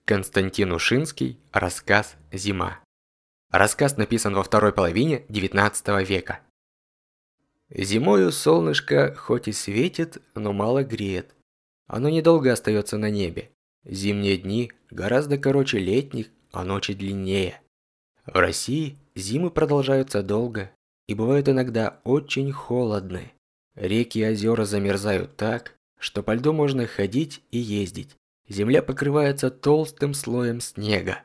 Константин Ушинский. Рассказ «Зима». Рассказ написан во второй половине XIX века. Зимою солнышко хоть и светит, но мало греет. Оно недолго остается на небе. Зимние дни гораздо короче летних, а ночи длиннее. В России зимы продолжаются долго и бывают иногда очень холодны. Реки и озера замерзают так, что по льду можно ходить и ездить. Земля покрывается толстым слоем снега.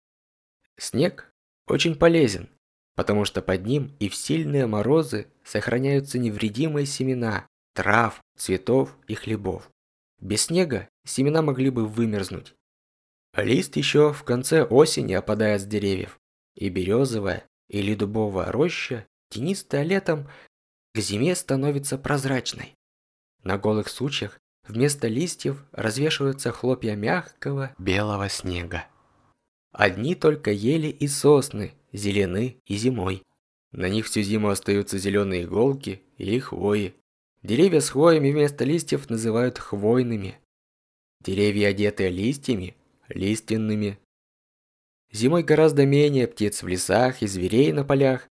Снег очень полезен, потому что под ним и в сильные морозы сохраняются невредимые семена трав, цветов и хлебов. Без снега семена могли бы вымерзнуть. Лист еще в конце осени опадает с деревьев, и березовая или дубовая роща, тенистая летом, к зиме становится прозрачной. На голых сучьях вместо листьев развешиваются хлопья мягкого белого снега. Одни только ели и сосны зелены и зимой. На них всю зиму остаются зеленые иголки или хвои. Деревья с хвоями вместо листьев называют хвойными. Деревья, одетые листьями, лиственными. Зимой гораздо менее птиц в лесах и зверей на полях,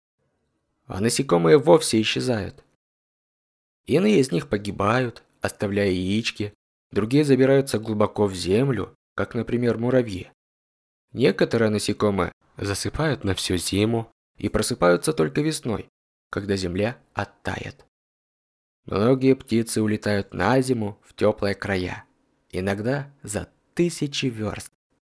а насекомые вовсе исчезают. Иные из них погибают, оставляя яички, другие забираются глубоко в землю, как, например, муравьи. Некоторые насекомые засыпают на всю зиму и просыпаются только весной, когда земля оттает. Многие птицы улетают на зиму в теплые края, иногда за 1000 верст.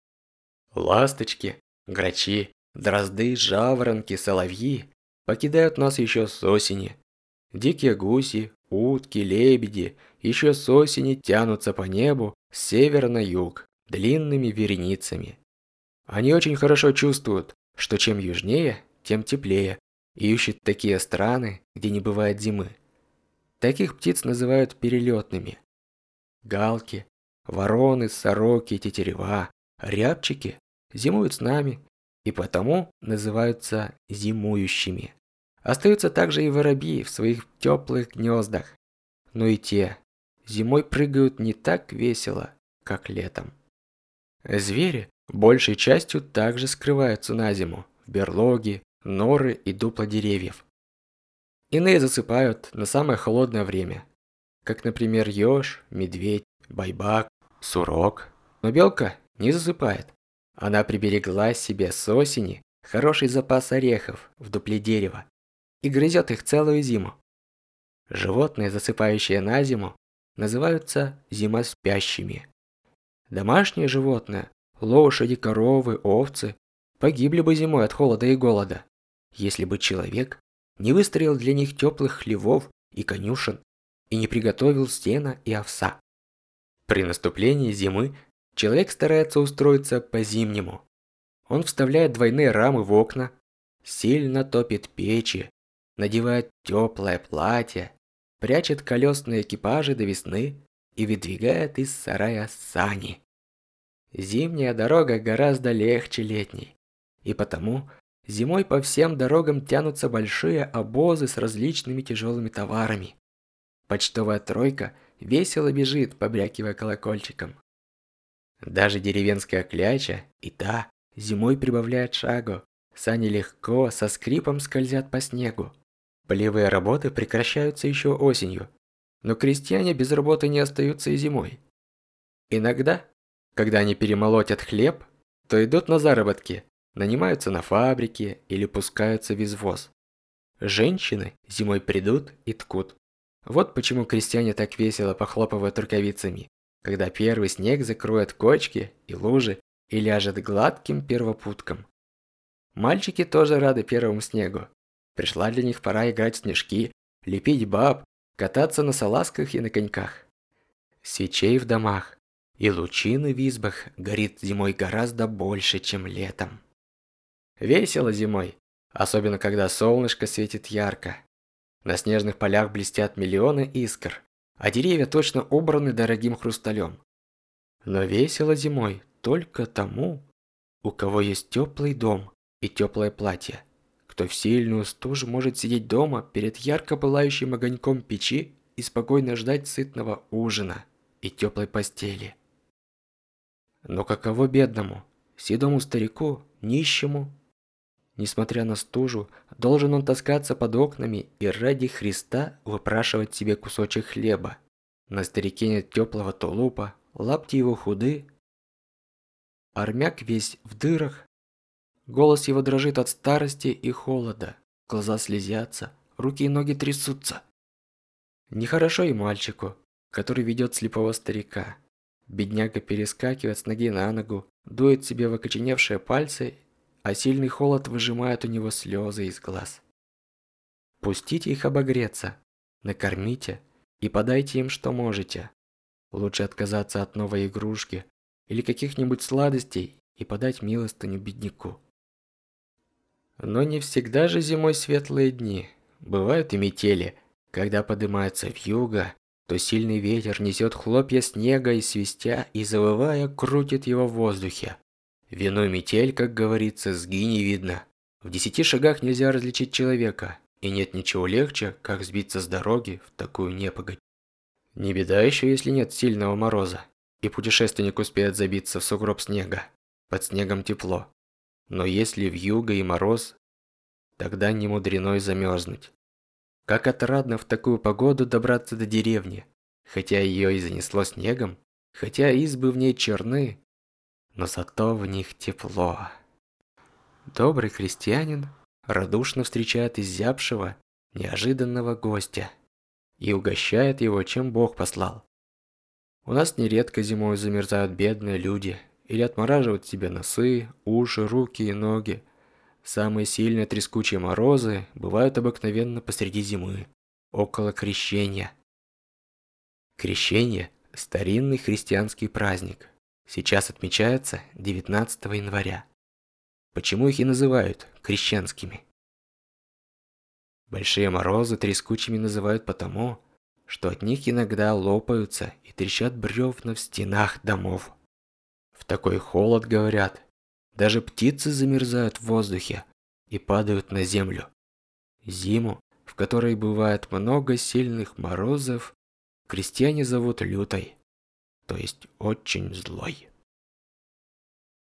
Ласточки, грачи, дрозды, жаворонки, соловьи покидают нас еще с осени. Дикие гуси, утки, лебеди еще с осени тянутся по небу с севера на юг длинными вереницами. Они очень хорошо чувствуют, что чем южнее, тем теплее, и ищут такие страны, где не бывает зимы. Таких птиц называют перелетными. Галки, вороны, сороки, тетерева, рябчики зимуют с нами и потому называются зимующими. Остаются также и воробьи в своих теплых гнездах, но и те зимой прыгают не так весело, как летом. Звери большей частью также скрываются на зиму в берлоги, норы и дупла деревьев. Иные засыпают на самое холодное время, как, например, еж, медведь, байбак, сурок. Но белка не засыпает. Она приберегла себе с осени хороший запас орехов в дупле дерева и грызет их целую зиму. Животные, засыпающие на зиму, называются зимоспящими. Домашние животные, лошади, коровы, овцы, погибли бы зимой от холода и голода, если бы человек не выстроил для них теплых хлевов и конюшен и не приготовил сена и овса. При наступлении зимы человек старается устроиться по-зимнему. Он вставляет двойные рамы в окна, сильно топит печи, надевает теплое платье, прячет колесные экипажи до весны и выдвигает из сарая сани. Зимняя дорога гораздо легче летней, и потому зимой по всем дорогам тянутся большие обозы с различными тяжелыми товарами. Почтовая тройка весело бежит, побрякивая колокольчиком. Даже деревенская кляча и та зимой прибавляет шагу. Сани легко, со скрипом скользят по снегу. Полевые работы прекращаются еще осенью, но крестьяне без работы не остаются и зимой. Иногда, когда они перемолотят хлеб, то идут на заработки, нанимаются на фабрики или пускаются в извоз. Женщины зимой придут и ткут. Вот почему крестьяне так весело похлопывают рукавицами, когда первый снег закроет кочки и лужи и ляжет гладким первопутком. Мальчики тоже рады первому снегу. Пришла для них пора играть в снежки, лепить баб, кататься на салазках и на коньках. Свечей в домах и лучины в избах горит зимой гораздо больше, чем летом. Весело зимой, особенно когда солнышко светит ярко. На снежных полях блестят миллионы искр, а деревья точно убраны дорогим хрусталем. Но весело зимой только тому, у кого есть теплый дом и теплое платье, кто в сильную стужу может сидеть дома перед ярко пылающим огоньком печи и спокойно ждать сытного ужина и теплой постели. Но каково бедному, седому старику, нищему? Несмотря на стужу, должен он таскаться под окнами и ради Христа выпрашивать себе кусочек хлеба. На старике нет теплого тулупа, лапти его худы. Армяк весь в дырах. Голос его дрожит от старости и холода. Глаза слезятся, руки и ноги трясутся. Нехорошо и мальчику, который ведет слепого старика. Бедняга перескакивает с ноги на ногу, дует себе в окоченевшие пальцы, а сильный холод выжимает у него слезы из глаз. Пустите их обогреться, накормите и подайте им, что можете. Лучше отказаться от новой игрушки или каких-нибудь сладостей и подать милостыню бедняку. Но не всегда же зимой светлые дни. Бывают и метели, когда поднимается вьюга, то сильный ветер несет хлопья снега и свистя и завывая крутит его в воздухе. Вино метель, как говорится, сгинь не видно. В 10 шагах нельзя различить человека, и нет ничего легче, как сбиться с дороги в такую непогодь. Не беда еще, если нет сильного мороза, и путешественник успеет забиться в сугроб снега. Под снегом тепло. Но если вьюга и мороз, тогда не мудрено и замерзнуть. Как отрадно в такую погоду добраться до деревни, хотя ее и занесло снегом, хотя избы в ней черны, но зато в них тепло. Добрый крестьянин радушно встречает изябшего, неожиданного гостя и угощает его, чем Бог послал. У нас нередко зимой замерзают бедные люди или отмораживают себе носы, уши, руки и ноги. Самые сильные трескучие морозы бывают обыкновенно посреди зимы, около Крещения. Крещение – старинный христианский праздник. Сейчас отмечается 19 января. Почему их и называют крещенскими? Большие морозы трескучими называют потому, что от них иногда лопаются и трещат бревна в стенах домов. В такой холод, говорят, даже птицы замерзают в воздухе и падают на землю. Зиму, в которой бывает много сильных морозов, крестьяне зовут лютой, то есть очень злой.